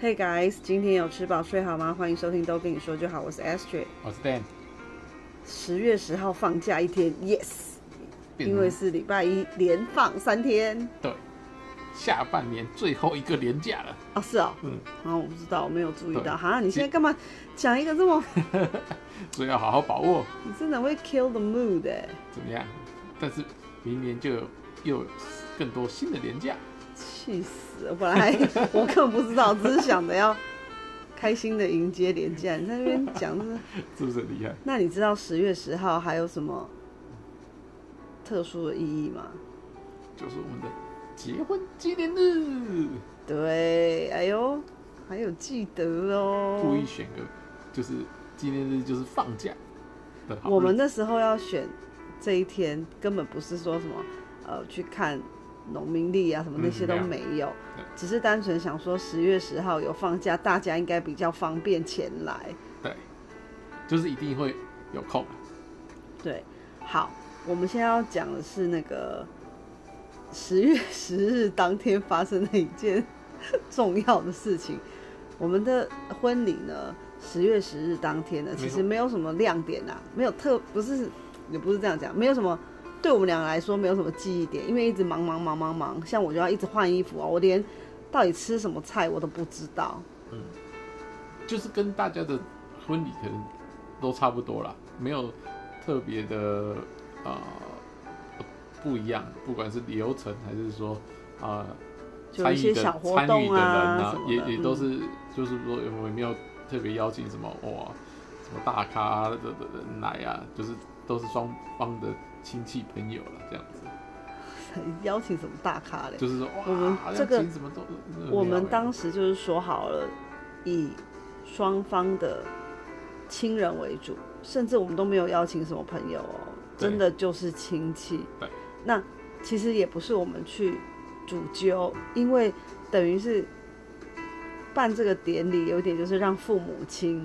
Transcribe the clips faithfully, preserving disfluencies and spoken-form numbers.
Hey guys， 今天有吃饱睡好吗？欢迎收听都跟你说就好，我是 Astrid， 我是 Dan。 十月十号放假一天 ，Yes， 因为是礼拜一连放三天。 对，下半年最后一个连假了。 哦，是哦， 嗯， 啊，我不知道，我没有注意到。哈，你现在干嘛讲一个这么？ 所以要好好把握。 你真的会 kill the mood 哎、欸。 怎么样？但是明年就有又有更多新的连假。 气死了！本来我根本不知道，只是想着要开心的迎接连假。你在那边讲是是不是很厉害？ 那你知道十月十号还有什么特殊的意义吗？ 就是我们的结婚纪念日。 对，哎呦，还有记得哦。 故意选个就是纪念日，就是放假的好日子。 我们那时候要选这一天，根本不是说什么呃去看农民历啊什么那些都没有， 嗯、 只是单纯想说十月十号有放假，大家应该比较方便前来。 对，就是一定会有空。 对，好，我们现在要讲的是那个十月十日当天发生的一件重要的事情。我们的婚礼呢，十月十日当天呢，其实没有什么亮点啊，没有特，不是，也不是这样讲，没有什么。对我们两个来说没有什么记忆点，因为一直忙忙忙忙忙，像我就要一直换衣服啊，我连到底吃什么菜我都不知道。 嗯，就是跟大家的婚礼可能都差不多啦，没有特别的呃不一样，不管是流程还是说啊参与的参与的人啊，也也都是、嗯、就是说我也没有特别邀请什么哇什么大咖的人来啊，就是都是双方的亲戚朋友了，这样子。 邀请什么大咖嘞？ 就是说， 我们这个什么都， 我们当时就是说好了，以双方的亲人为主，甚至我们都没有邀请什么朋友哦，真的就是亲戚。 对。 那其实也不是我们去主揪，因为等于是办这个典礼，有点就是让父母亲，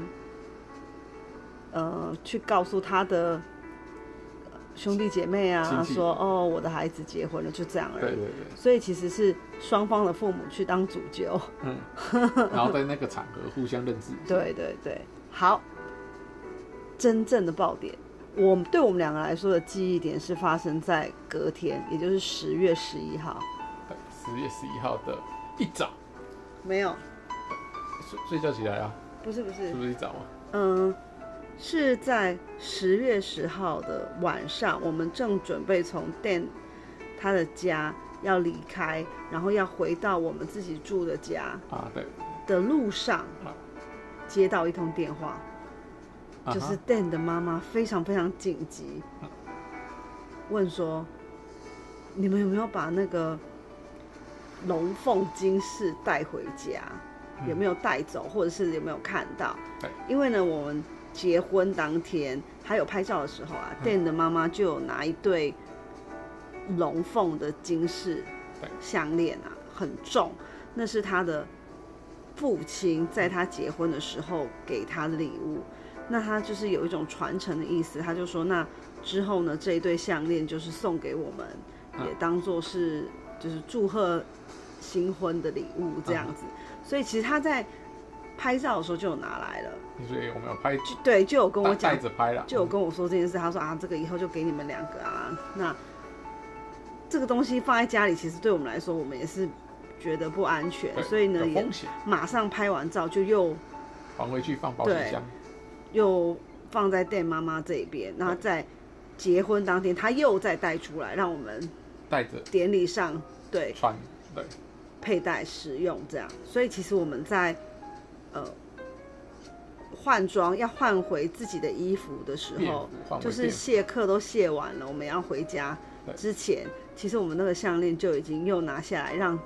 呃，去告诉他的兄弟姐妹啊，说哦，我的孩子结婚了，就这样而已。 对对对。 所以其实是双方的父母去当主揪， 嗯，然后在那个场合互相认识。 对对对，好，真正的爆点，我对我们两个来说的记忆点是发生在隔天，也就是十月十一号。 对，十月十一号的一早。 没有。 睡睡觉起来啊？ 不是不是。 是不是一早啊？ 嗯。是在十月十号的晚上，我们正准备从 Dan 他的家要离开，然后要回到我们自己住的家啊，对的路上，接到一通电话，啊、就是 Dan 的妈妈非常非常紧急，啊、问说你们有没有把那个龙凤金饰带回家？嗯、有没有带走，或者是有没有看到？ 对， 因为呢，我们结婚当天还有拍照的时候啊、嗯、Dan 的妈妈就有拿一对龙凤的金饰项链啊，很重，那是他的父亲在他结婚的时候给他的礼物。那他就是有一种传承的意思，他就说那之后呢，这一对项链就是送给我们，嗯、也当作是就是祝贺新婚的礼物这样子。嗯、所以其实他在拍照的时候就有拿来了， 所以我们有拍， 对，就有跟我讲， 带着拍了， 就有跟我说这件事。他说啊，这个以后就给你们两个啊。那这个东西放在家里，其实对我们来说，我们也是觉得不安全，所以呢，也马上拍完照就又还回去放保险箱， 又放在 Dan 妈妈这边。然后在结婚当天，他又再带出来，让我们带着典礼上对穿对佩戴使用这样。所以其实我们在呃，换装要换回自己的衣服的时候，就是谢客都谢完了，我们要回家之前，其实我们那个项链就已经又拿下来，让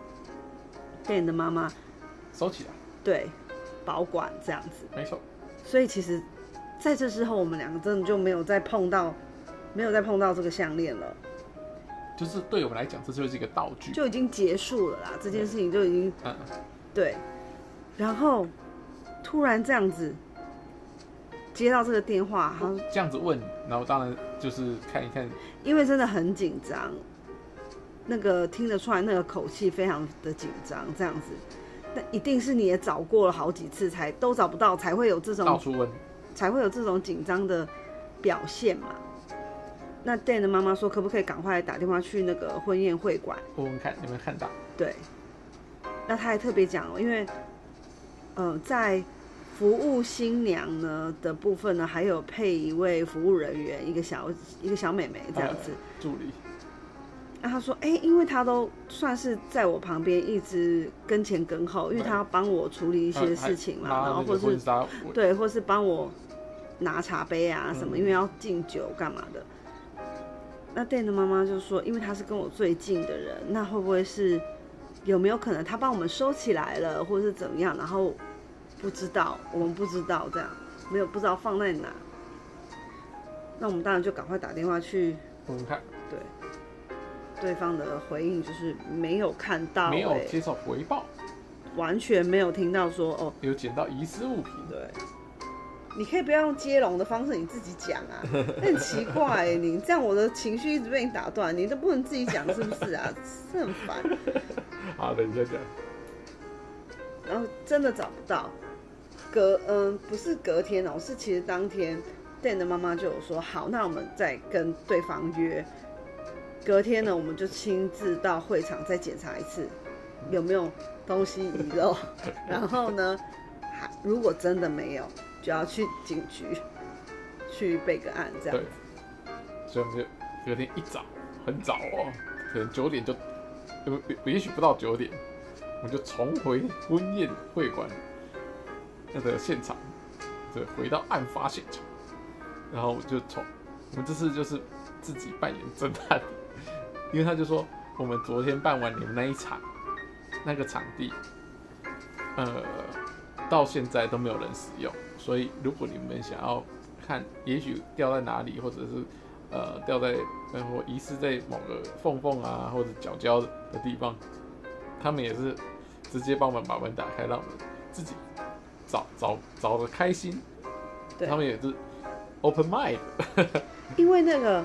Dan 的妈妈收起来， 对，保管这样子。 没错。 所以其实在这之后，我们两个真的就没有再碰到，没有再碰到这个项链了。 就是对我们来讲，这就是一个道具， 就已经结束了啦，这件事情就已经， 嗯， 对，然后。突然这样子接到这个电话，他这样子问，然后当然就是看一看， 因为真的很紧张，那个听得出来那个口气非常的紧张，这样子， 那一定是你也找过了好几次才都找不到，才会有这种到处问， 才会有这种紧张的表现嘛。那 Dan 的妈妈说，可不可以赶快打电话去那个婚宴会馆问问看有没有看到？ 对，那他还特别讲，因为呃在服务新娘呢的部分呢，还有配一位服务人员，一个小一个小妹妹这样子、 呃、助理。 那他说，哎、欸，因为他都算是在我旁边一直跟前跟后，因为他要帮我处理一些事情嘛，然后或是对，或是帮我拿茶杯啊什么，嗯、因为要敬酒干嘛的。那 Dan 的妈妈就说，因为他是跟我最近的人，那会不会是有没有可能他帮我们收起来了，或是怎么样？然后不知道，我们不知道这样，没有不知道放在哪。那我们当然就赶快打电话去问问看。 对。对方的回应就是没有看到、欸， 没有接受回报， 完全没有听到说哦有捡到遗失物品。 对，你可以不要用接龙的方式你自己讲啊，很奇怪、欸，你这样我的情绪一直被你打断，你都不能自己讲是不是啊？是很烦。 好，等一下讲。 然后真的找不到，隔嗯不是隔天哦、喔，是其实当天 Dan 的妈妈就有说好，那我们再跟对方约。隔天呢，我们就亲自到会场再检查一次，有没有东西遗漏。然后呢，还如果真的没有，就要去警局去备个案，这样子。 对，所以我们就隔天一早，很早哦，可能九点就，也许不到九点，我们就重回婚宴会馆那个现场，对，回到案发现场，然后就从我们这次就是自己扮演侦探。因为他就说，我们昨天办完你们那一场，那个场地，呃，到现在都没有人使用，所以如果你们想要看，也许掉在哪里，或者是呃掉在呃或遗失在某个缝缝啊，或者角角的地方，他们也是直接帮我们把门打开，让我们自己找找找得开心。对，他们也是 open mind。 因为那个。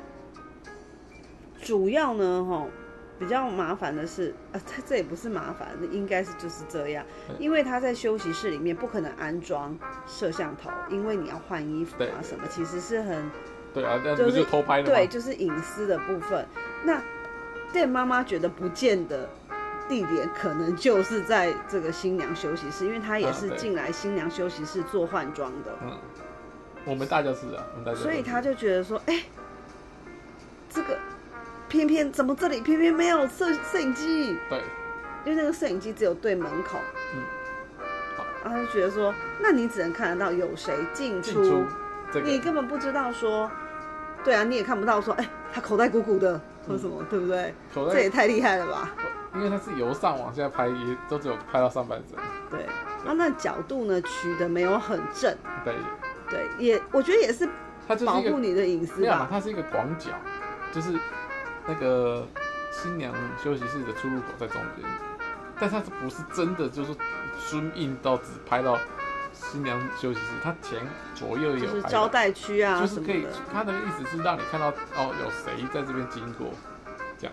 主要呢，哈，比较麻烦的是，啊，它这也不是麻烦，应该是就是这样，因为他在休息室里面不可能安装摄像头，因为你要换衣服啊什么，其实是很， 对啊，那不就偷拍的吗？ 对，就是隐私的部分。那店妈妈觉得不见的地点，可能就是在这个新娘休息室，因为她也是进来新娘休息室做换装的。 嗯，我们大家是啊，我们大家。 所以他就觉得说，哎、欸，这个。偏偏怎么这里偏偏没有摄摄影机？ 对， 因为那个摄影机只有对门口。嗯，好，然后他就觉得说，那你只能看得到有谁进出，出这个、你根本不知道说，对啊，你也看不到说，哎、欸，他口袋鼓鼓的或什么，嗯、对不对？这也太厉害了吧！ 因为他是由上往下拍，也都只有拍到上半身。 对，然后那角度呢取得没有很正。 对， 对，也我觉得也是保护你的隐私吧。 没有嘛，它是一个广角，就是。那个新娘休息室的出入口在中间，但它不是真的就是zoom in到只拍到新娘休息室，它前左右也有拍到， 就是招待区啊， 就是可以。它的意思是让你看到哦，有谁在这边经过，这样。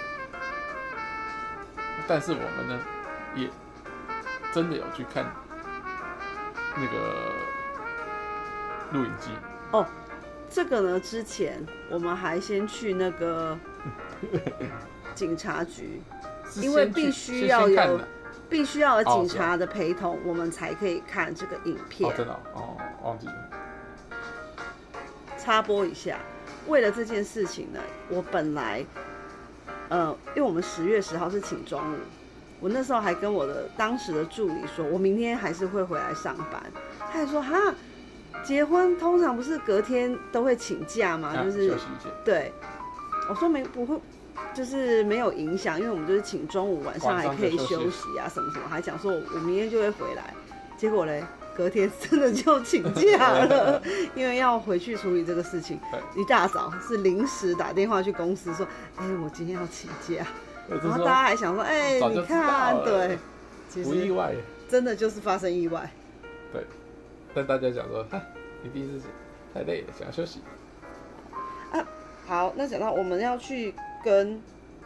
但是我们呢，也真的有去看那个录影机哦。这个呢，之前我们还先去那个警察局，因为必须要有必须要有警察的陪同，我们才可以看这个影片。 哦，真的哦，忘记了。 插播一下，为了这件事情呢，我本来呃，因为我们十月十号是请中午，我那时候还跟我的当时的助理说，我明天还是会回来上班。他还说哈。结婚通常不是隔天都会请假吗？ 啊、 就是休息一下。 对，我说没不会，就是没有影响，因为我们就是请中午晚上还可以休息啊，什么什么，还讲说我明天就会回来。结果嘞，隔天真的就请假了，因为要回去处理这个事情。一大早是临时打电话去公司说，哎、欸，我今天要请假。然后大家还想说，哎、欸，你看，对， 其实不意外， 真的就是发生意外。 对。但大家讲说，哈，一定是太累了，想休息。 啊，好，那讲到我们要去跟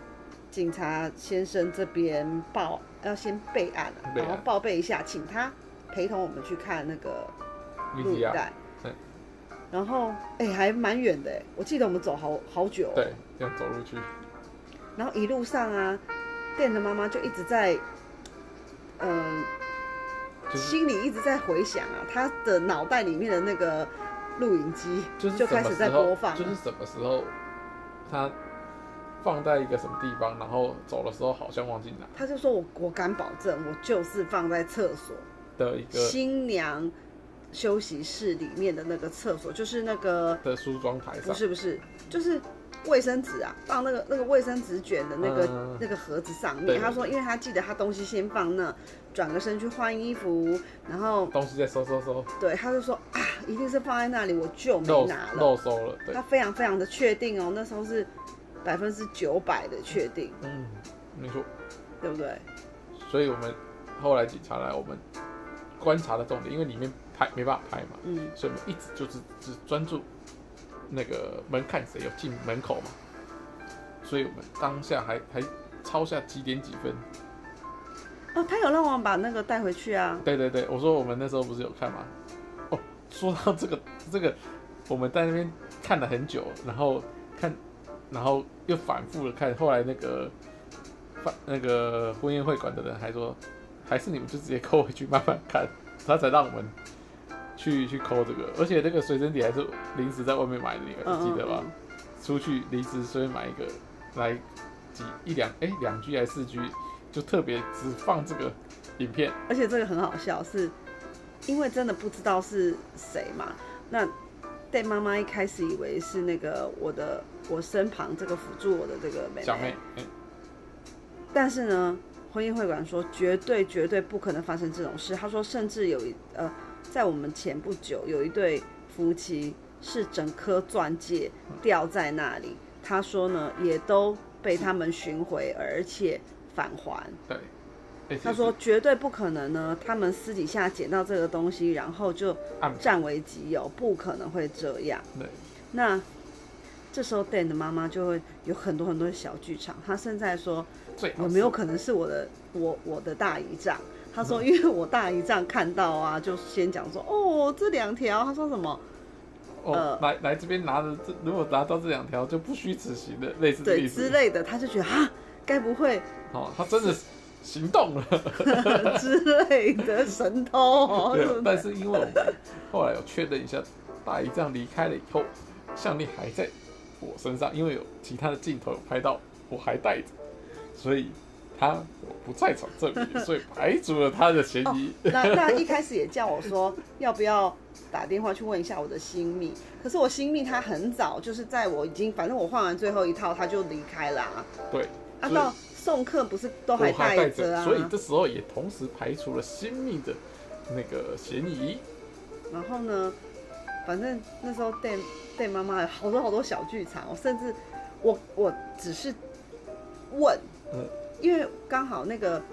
警察先生这边报要先备案、啊，然后报备一下，请他陪同我们去看那个录影带。然后哎、欸，还蛮远的哎，我记得我们走好好久、哦。 对，要走路去。 然后一路上啊，店的妈妈就一直在，嗯、呃，就是、心里一直在回想啊，她的脑袋里面的那个录影机就开始在播放。 就是什么时候，她放在一个什么地方，然后走的时候好像忘记拿。 她就说我我敢保证，我就是放在厕所的一个新娘休息室里面的那个厕所，就是那个的梳妆台上， 不是不是，就是卫生纸啊，放那个那个卫生纸卷的那个、嗯、那个盒子上面。他说，因为他记得他东西先放那，转个身去换衣服，然后东西再收收收。 对，他就说啊，一定是放在那里，我就没拿了， 漏收了。对， 他非常非常的确定哦，那时候是百分之九百的确定。 嗯，没错， 对不对？ 所以我们后来警察来，我们观察的重点，因为里面拍没办法拍嘛，嗯，所以我们一直就是只专注那个门看谁有进门口嘛，所以我们当下还还抄下几点几分。 哦，他有让我们把那个带回去啊。 对对对，我说我们那时候不是有看吗？哦，说到这个这个，我们在那边看了很久，然后看，然后又反复的看，后来那个那个婚宴会馆的人还说，还是你们就直接扣回去慢慢看，他才让我们去去扣这个，而且那个随身碟还是临时在外面买的，你还记得吧？嗯嗯嗯，出去临时随便买一个来几一两哎两 G 还是四 G， 就特别只放这个影片。 而且这个很好笑，是因为真的不知道是谁嘛。那对妈妈一开始以为是那个我的我身旁这个辅助我的这个妹妹小妹，嗯， 但是呢，婚宴会馆说绝对绝对不可能发生这种事。他说甚至有一呃。在我们前不久，有一对夫妻是整颗钻戒掉在那里，他说呢，也都被他们寻回，而且返还。 对， 他说绝对不可能呢，他们私底下捡到这个东西，然后就占为己有，不可能会这样。 对， 那这时候 Dan 的妈妈就会有很多很多的小剧场，她现在说有没有可能是我的我我的大姨丈？他说：“因为我大姨丈看到啊，就先讲说，哦，这两条。他说什么？ 哦，呃、来来这边拿着，如果拿到这两条就不虚此行的，类似的对之类的。他就觉得啊，该不会哦，他真的行动了之类的神偷、哦。 对，但是因为我们后来有确认一下，大姨丈离开了以后，项链还在我身上，因为有其他的镜头有拍到我还戴着，所以。”他不在场证明，所以排除了他的嫌疑。 哦、那那一开始也叫我说要不要打电话去问一下我的新秘，可是我新秘他很早就是在我已经反正我换完最后一套他就离开了、啊。 对， 啊到送客不是都还带着啊？ 所以这时候也同时排除了新秘的那个嫌疑。 然后呢，反正那时候带带妈妈有好多好多小剧场，甚至我我只是问。嗯，因为刚好那个，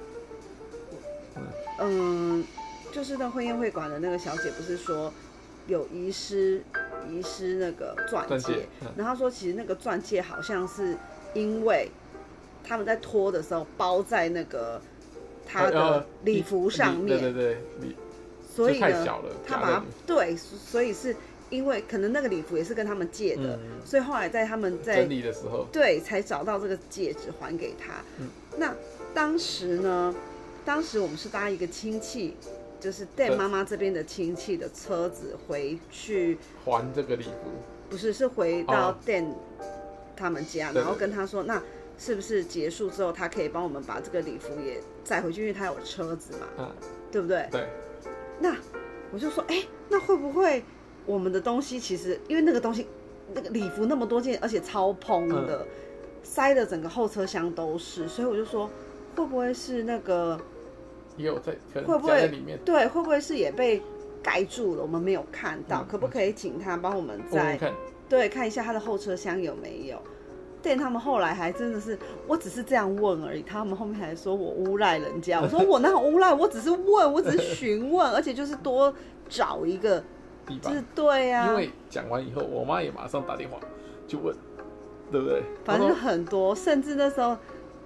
嗯，就是那婚宴会馆的那个小姐不是说有遗失遗失那个钻戒，戒嗯、然后她说其实那个钻戒好像是因为他们在脱的时候包在那个她的礼服上面， 对对对， 所以呢， 太小了， 她把它对，所以是。因为可能那个礼服也是跟他们借的，嗯、所以后来在他们在整理的时候， 对，才找到这个戒指还给他。嗯、那当时呢，当时我们是搭一个亲戚，就是 Dan 妈妈这边的亲戚的车子回去还这个礼服， 不是，是回到 Dan 他们家，哦、然后跟他说，那是不是结束之后，他可以帮我们把这个礼服也载回去，因为他有车子嘛，嗯、对不对？ 对。 那我就说，哎，那会不会？我们的东西其实，因为那个东西，那个礼服那么多件，而且超蓬的，嗯、塞的整个后车厢都是，所以我就说，会不会是那个也有在，可能夹在里面， 对，会不会是也被盖住了？我们没有看到，嗯、可不可以请他帮我们再看对看一下他的后车厢有没有？但他们后来还真的是，我只是这样问而已，他们后面还说我诬赖人家，我说我哪有诬赖，我只是问，我只是询问，而且就是多找一个。 地方是对啊， 因为讲完以后，我妈也马上打电话就问，对不对？ 反正很多，甚至那时候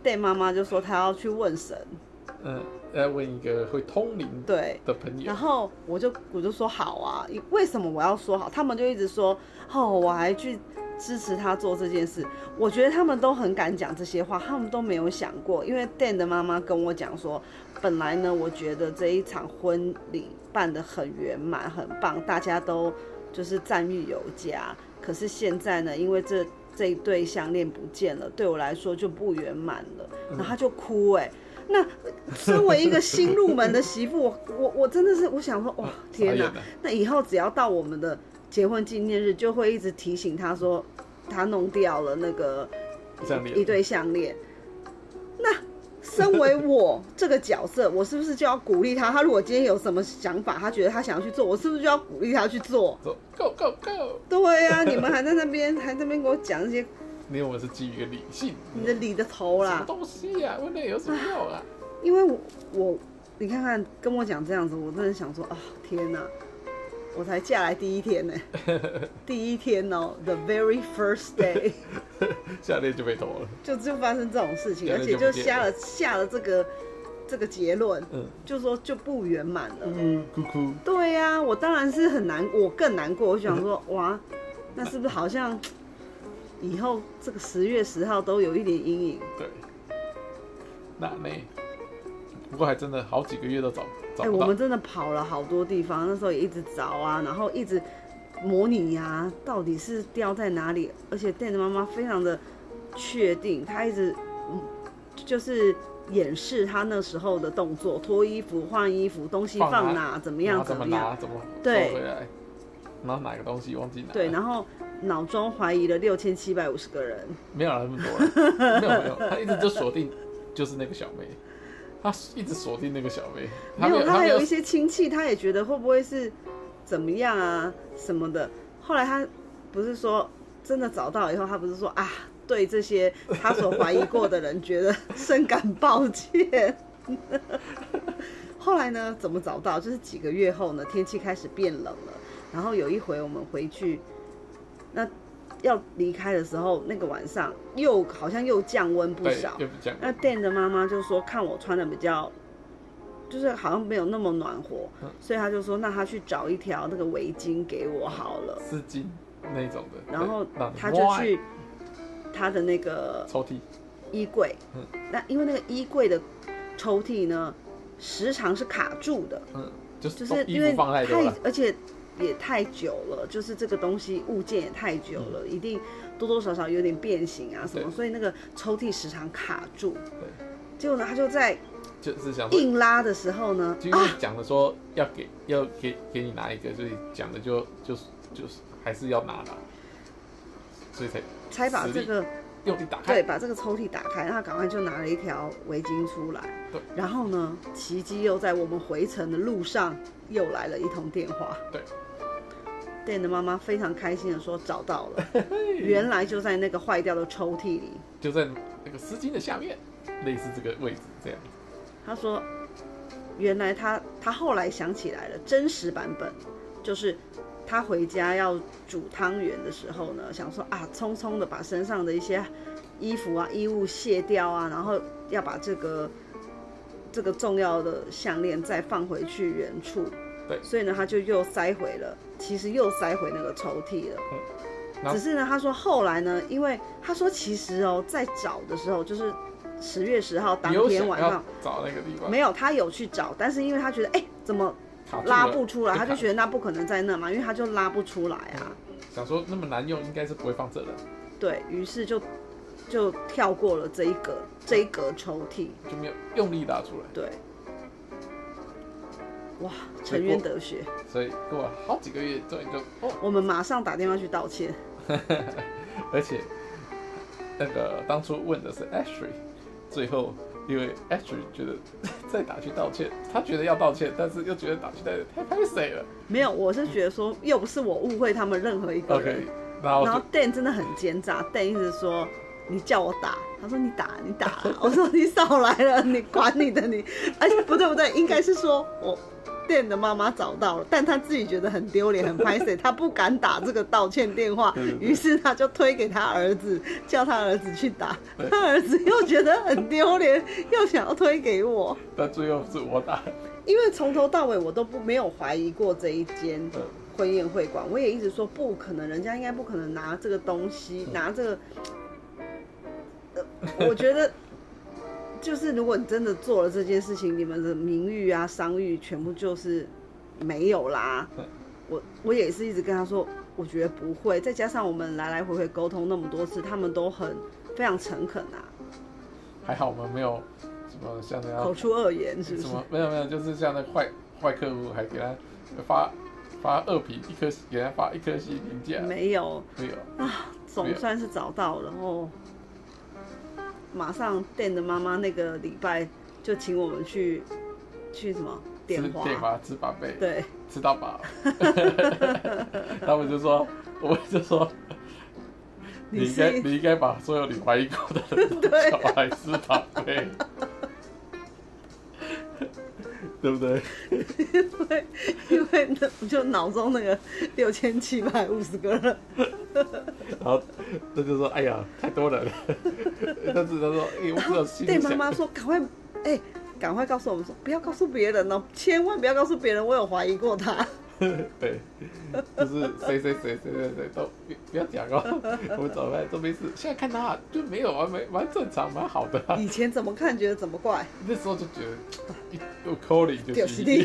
Dan 妈妈就说她要去问神， 嗯，要问一个会通灵对的朋友。 然后我就我就说好啊，为什么我要说好？他们就一直说哦，我还去支持他做这件事。我觉得他们都很敢讲这些话，他们都没有想过，因为 Dan 的妈妈跟我讲说，本来呢，我觉得这一场婚礼办得很圆满，很棒，大家都就是赞誉有加。可是现在呢，因为这这一对项链不见了，对我来说就不圆满了。然后他就哭哎、欸。那身为一个新入门的媳妇，我我我真的是我想说，哇天哪！那以后只要到我们的结婚纪念日，就会一直提醒他说，他弄掉了那个一对项链。那身为我这个角色，我是不是就要鼓励他？他如果今天有什么想法，他觉得他想要去做，我是不是就要鼓励他去做 ？Go go go！ 对啊，你们还在那边还在那边给我讲一些。 因为我们是基于一个理性， 你的理的头啦， 什么东西呀、啊？问那有什么用啊？ 因为我我你看看跟我讲这样子，我真的想说啊，天哪！我才嫁来第一天呢，第一天哦 ，the very first day， 下链就被偷了， 就就发生这种事情，而且就下了下了这个这个结论，嗯，就说就不圆满了， 嗯，哭哭。 对呀、啊，我当然是很难，我更难过，我想说哇，那是不是好像？以后这个十月十号都有一点阴影。 对，那呢？不过还真的好几个月都找找不到。哎、欸， 我们真的跑了好多地方，那时候也一直找啊，然后一直模拟呀、啊，到底是掉在哪里？而且 Dan 的妈妈非常的确定，她一直就是演示她那时候的动作，脱衣服、换衣服，东西放哪，怎么样怎么样， 怎么对， 回来，然后哪个东西忘记拿。 对，然后。脑中怀疑了六千七百五十个人， 没有那么多了，没有没有，他一直就锁定就是那个小妹，他一直锁定那个小妹。 没有，他还有一些亲戚，他也觉得会不会是怎么样啊什么的。后来他不是说真的找到以后，他不是说啊，对这些他所怀疑过的人觉得深感抱歉。后来呢，怎么找到？就是几个月后呢，天气开始变冷了，然后有一回我们回去。那要离开的时候，那个晚上又好像又降温不少。那 Dan 的妈妈就说，看我穿的比较，就是好像没有那么暖和，嗯、所以他就说，那他去找一条那个围巾给我好了， 丝巾那种的。 然后他就去他的那个抽屉衣柜，嗯、那因为那个衣柜的抽屉呢，时常是卡住的， 嗯，就是因为太而且。也太久了，就是这个东西物件也太久了，嗯、一定多多少少有点变形啊什么，所以那个抽屉时常卡住。 对， 结果呢，他就在就是想硬拉的时候呢， 就因为讲的说要给、啊、要给给你拿一个，所以讲的就就是就是还是要拿的，所以才才把这个用力打开， 对，把这个抽屉打开，然后赶快就拿了一条围巾出来。 对， 然后呢，奇迹又在我们回程的路上又来了一通电话。 对。 Dan 的妈妈非常开心的说找到了，原来就在那个坏掉的抽屉里， 就在那个丝巾的下面，类似这个位置这样。 他说，原来他他后来想起来了，真实版本就是他回家要煮汤圆的时候呢，想说啊，匆匆的把身上的一些衣服啊衣物卸掉啊，然后要把这个这个重要的项链再放回去原处。 对， 所以呢，他就又塞回了，其实又塞回那个抽屉了。嗯、只是呢，他说后来呢，因为他说其实哦，在找的时候，就是十月十号当天晚上找那个地方， 没有，他有去找，但是因为他觉得哎，怎么拉不出来，他就觉得那不可能在那嘛，因为他就拉不出来啊。 想说那么难用，应该是不会放这的。 对，于是就就跳过了这一格这一格抽屉， 就没有用力拉出来。 对。哇，沉冤得雪， 所以过了好几个月，终于就哦， 我们马上打电话去道歉。 而且那个当初问的是 Ashley， 最后因为 Ashley 觉得再打去道歉，他觉得要道歉，但是又觉得打去太太拍谁了。 没有，我是觉得说又不是我误会他们任何一个人。 Okay, 然后然后 Dan 真的很奸诈 ，Dan 一直说你叫我打，他说你打你打，我说你少来了，你管你的你，哎不对不对，应该是说我店的妈妈找到了，但他自己觉得很丢脸很拍谁，他不敢打这个道歉电话，于是他就推给他儿子，叫他儿子去打，他儿子又觉得很丢脸，又想要推给我， 但最后是我打， 因为从头到尾我都不没有怀疑过这一间婚宴会馆，我也一直说不可能，人家应该不可能拿这个东西，拿这个，呃，我觉得。就是如果你真的做了这件事情，你们的名誉啊、商誉全部就是没有啦。我我也是一直跟他说，我觉得不会。再加上我们来来回回沟通那么多次，他们都很非常诚恳啊。 还好我们没有什么像那样口出恶言，是不是？ 什么没有没有，就是像那坏坏客户还给他发发恶评一颗，给他发一颗星评价。 没有没有啊，总算是找到了哦。马上店的妈妈那个礼拜就请我们去去什么点华， 点华吃宝贝， 对， 吃到饱。他们就说，我们就说，你应该你应该把所有你怀疑过的人都叫来吃宝贝，对不对？ 因为因为那就脑中那个六千七百五十个人。 然后他就说：“哎呀，太多人了。”但是他说：“哎，我只有心里想。” 对妈妈说：“赶快，哎，赶快告诉我们说，不要告诉别人哦，千万不要告诉别人，我有怀疑过他。” 对，就是谁谁谁谁谁谁都不要讲哦，我们走开都没事。现在看他就没有啊，蛮蛮正常，蛮好的、啊。 以前怎么看觉得怎么怪， 那时候就觉得有可能就是你，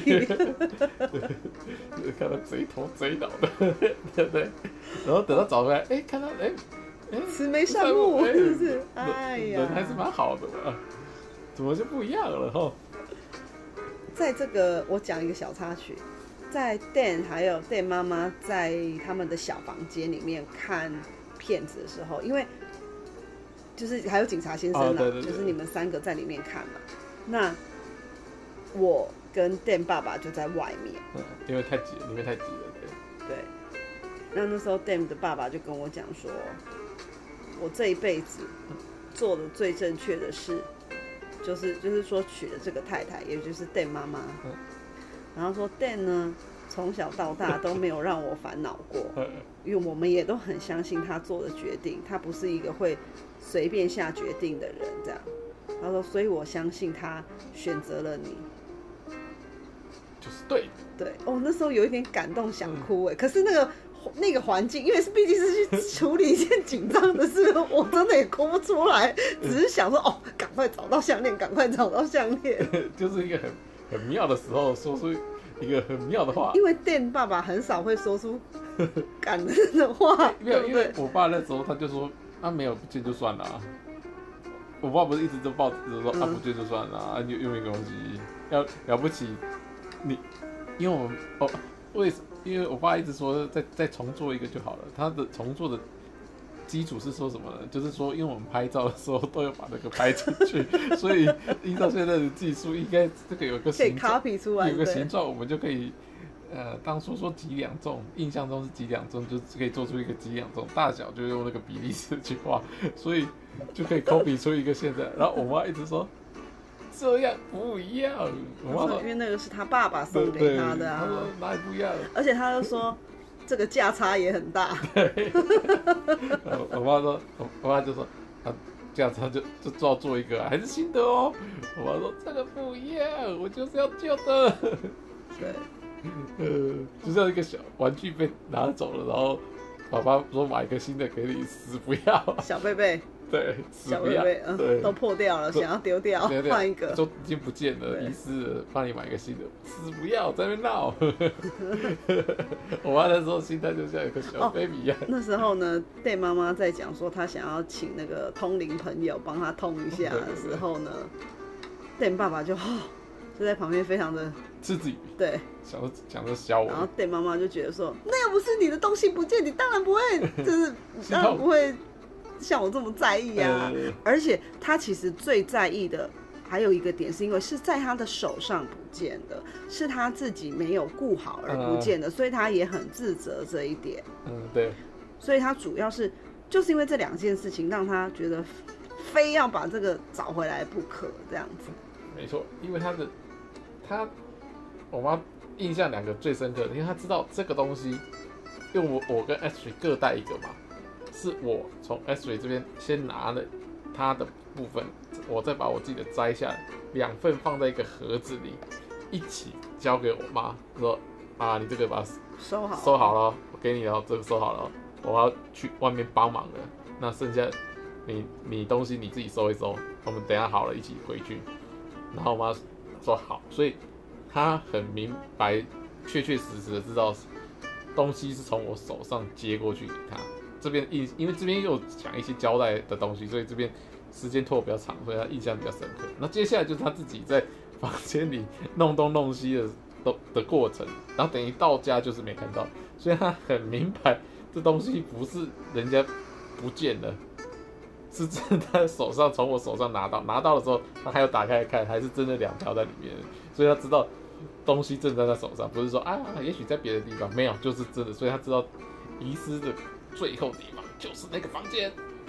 看到贼头贼脑的，对不对？然后等到找回来，哎、欸，看到哎哎， 慈眉善目，是不是？ 哎呀，人还是蛮好的嘛，怎么就不一样了哈？ 在这个，我讲一个小插曲。在 Dan 还有 Dan 妈妈在他们的小房间里面看片子的时候，因为就是还有警察先生啦、 哦、对对对就是你们三个在里面看嘛。那我跟 Dan 爸爸就在外面， 嗯，因为太挤了，里面太挤了，对。 对。那那时候 Dan 的爸爸就跟我讲说，我这一辈子做的最正确的事，就是就是说娶了这个太太，也就是 Dan 妈妈。嗯，然后说 Dan 呢，从小到大都没有让我烦恼过，因为我们也都很相信他做的决定，他不是一个会随便下决定的人，这样。他说，所以我相信他选择了你， 就是对。 对，哦，那时候有一点感动，想哭哎、嗯，可是那个那个环境，因为是毕竟是去处理一件紧张的事，我真的也哭不出来，只是想说，哦，赶快找到项链，赶快找到项链， 就是一个很。很妙的时候，说出一个很妙的话。 因为 Dan 爸爸很少会说出感人的话， 没有，因为我爸那时候他就说，啊，没有不见就算了、啊。我爸不是一直都抱着说，嗯、啊，不见就算了、啊，又又没关系，要了不起，你，因为我们哦，为什？因为我爸一直说再再重做一个就好了，他的重做的。基础是说什么呢？就是说，因为我们拍照的时候都要把那个拍出去，所以依照现在的技术，应该这个有个形状，有个形状，我们就可以，呃，当初说几两重，印象中是几两重，就可以做出一个几两重大小，就用那个比例尺去画，所以就可以 copy 出一个现在。然后我妈一直说这样不一样，我妈说因为那个是他爸爸送给他的啊， 她说哪里不一样？ 而且他就说。这个价差也很大。 对，我妈说，我妈就说，啊，价差就就照做一个、啊，还是新的哦。我妈说这个不一样，我就是要旧的。 对， 呃，就像一个小玩具被拿走了，然后爸爸说买一个新的给你，死不要。 小贝贝。 对， 小贝贝，嗯，对，都破掉了，想要丢掉，换一个， 就已经不见了，遗失了，帮你买一个新的，死不要，在那边闹。我妈那时候心态就像一个小 baby 一样。 哦、那时候呢，戴妈妈在讲说她想要请那个通灵朋友帮她通一下的时候呢，戴爸爸就、哦、就在旁边非常的嗤之以鼻， 对， 想着想着笑我。 然后戴妈妈就觉得说，那要不是你的东西不见，你当然不会，就是当然不会。像我这么在意啊，呃、而且他其实最在意的还有一个点，是因为是在他的手上不见的，是他自己没有顾好而不见的，呃、所以他也很自责这一点。 嗯，对。 所以他主要是就是因为这两件事情，让他觉得非要把这个找回来不可，这样子。 没错，因为他的他我妈印象两个最深刻的，因为她知道这个东西，因为我我跟 Ashley 各带一个嘛，是我从 Ashley 这边先拿了她的部分，我再把我自己的摘下来，两份放在一个盒子里，一起交给我妈，说啊，你这个把它收好收好了，我给你了，这个收好了，我要去外面帮忙了，那剩下你你东西你自己收一收，我们等一下好了一起回去。然后我妈说好，所以她很明白，确确实实的知道东西是从我手上接过去给她。这边印，因为这边又讲一些交代的东西，所以这边时间拖比较长，所以她印象比较深刻。那接下来就是她自己在房间里弄东弄西的的过程，然后等于到家就是没看到，所以她很明白这东西不是人家不见了。是真的在手上，从我手上拿到，拿到的时候，他还有打开来看，还是真的两条在里面，所以他知道东西正在他手上，不是说啊，也许在别的地方，没有，就是真的，所以他知道遗失的最后地方就是那个房间。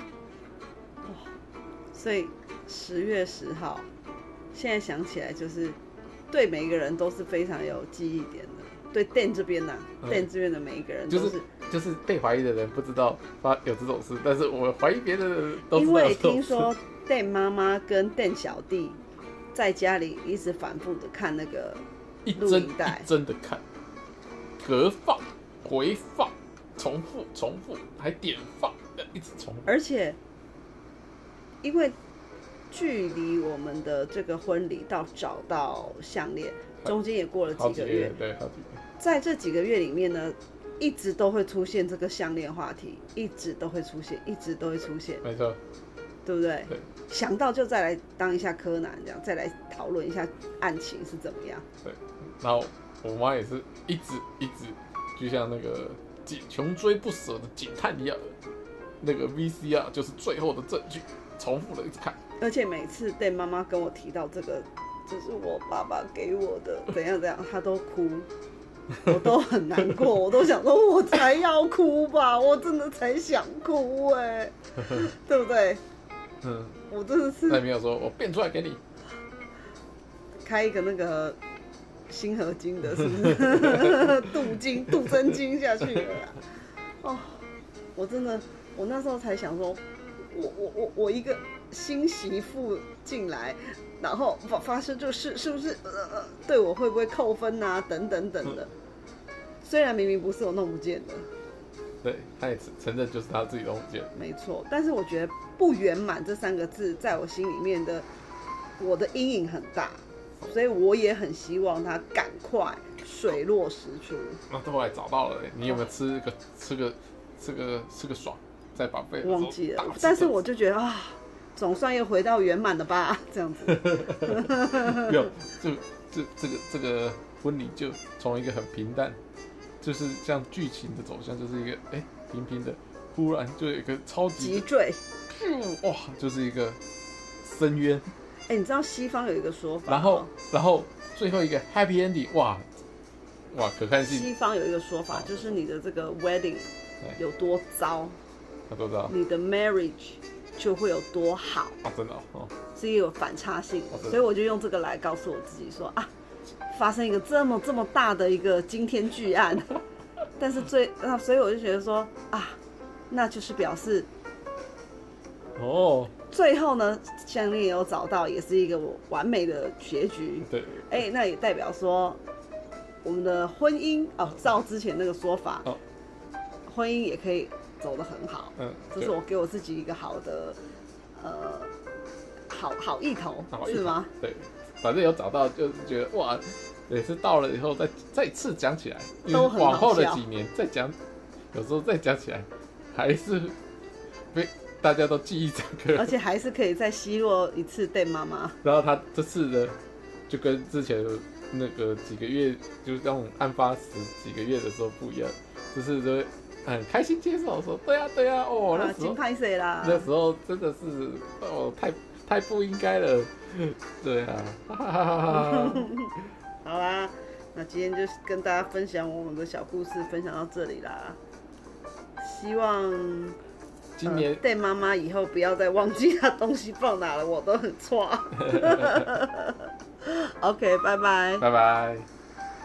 所以十月十号，现在想起来就是对每一个人都是非常有记忆点的。对 Dan 这边呐、啊嗯、，Dan 这边的每一个人都是、 就是、就是被怀疑的人不知道发有这种事，但是我怀疑别的人都知道。 因为听说 Dan 妈妈跟 Dan 小弟在家里一直反复的看那个录影带， 一帧的看，隔放、回放、重复、重复，还点放，一直重复。 而且因为距离我们的这个婚礼到找到项链，中间也过了几个月， 对，好几个月。 在这几个月里面呢，一直都会出现这个项链话题，一直都会出现，一直都会出现， 没错， 对不对？ 对， 想到就再来当一下柯南，这样再来讨论一下案情是怎么样。 对，然后我妈也是一直一直，就像那个穷追不舍的警探一样，那个 V C R 就是最后的证据，重复的一直看。 而且每次对妈妈跟我提到这个，这是我爸爸给我的，怎样怎样，她都哭。我都很难过，我都想说，我才要哭吧，我真的才想哭哎、欸，对不对？嗯，我真的是。 那没有说，我变出来给你， 开一个那个新合金的，是不是？镀金、镀真金下去了啦。哦，我真的，我那时候才想说，我我我我一个新媳妇进来。然后发发生这事，是不是呃对我会不会扣分啊？等等等的。虽然明明不是我弄不见的， 对，他也承认就是他自己弄不见。 没错，但是我觉得不圆满这三个字在我心里面的我的阴影很大，所以我也很希望他赶快水落石出。 那后来找到了，你有没有吃个吃个吃个吃个爽，再把肺忘记了，但是我就觉得啊。总算又回到圆满了吧，这样子。 没有，这这这个这个婚礼就从一个很平淡，就是像剧情的走向，就是一个哎平平的，忽然就有一个超级急坠， 哇，就是一个深渊。 哎，你知道西方有一个说法， 然后然后最后一个 happy ending， 哇哇可看性。 西方有一个说法，就是你的这个 wedding 有多糟， 有多糟， 你的 marriage。就会有多好啊！真的哦， 是有反差性的， 哦、 所以我就用这个来告诉我自己说啊，发生一个这么这么大的一个惊天巨案，但是最啊，所以我就觉得说啊，那就是表示哦， 最后呢，项链有找到，也是一个完美的结局。 对， 哎、欸，那也代表说我们的婚姻哦，照之前那个说法，哦、婚姻也可以。走得很好，嗯，这是我给我自己一个好的，呃，好好意头，是吗？ 对，反正有找到，就是觉得哇，也是到了以后再再次讲起来， 都很好笑。 往后的几年再讲，有时候再讲起来，还是被大家都记忆深刻， 而且还是可以再奚落一次对妈妈。 然后他这次呢，就跟之前那个几个月，就是那种案发时几个月的时候不一样，就是说。很开心接受，说对啊对啊，哦，那时候拍谁啦？ 那时候真的是哦，太太不应该了，对啊， 好啦，那今天就跟大家分享我们的小故事，分享到这里啦。希望今年对妈妈以后不要再忘记她东西放哪了，我都很错。OK， 拜拜， 拜拜。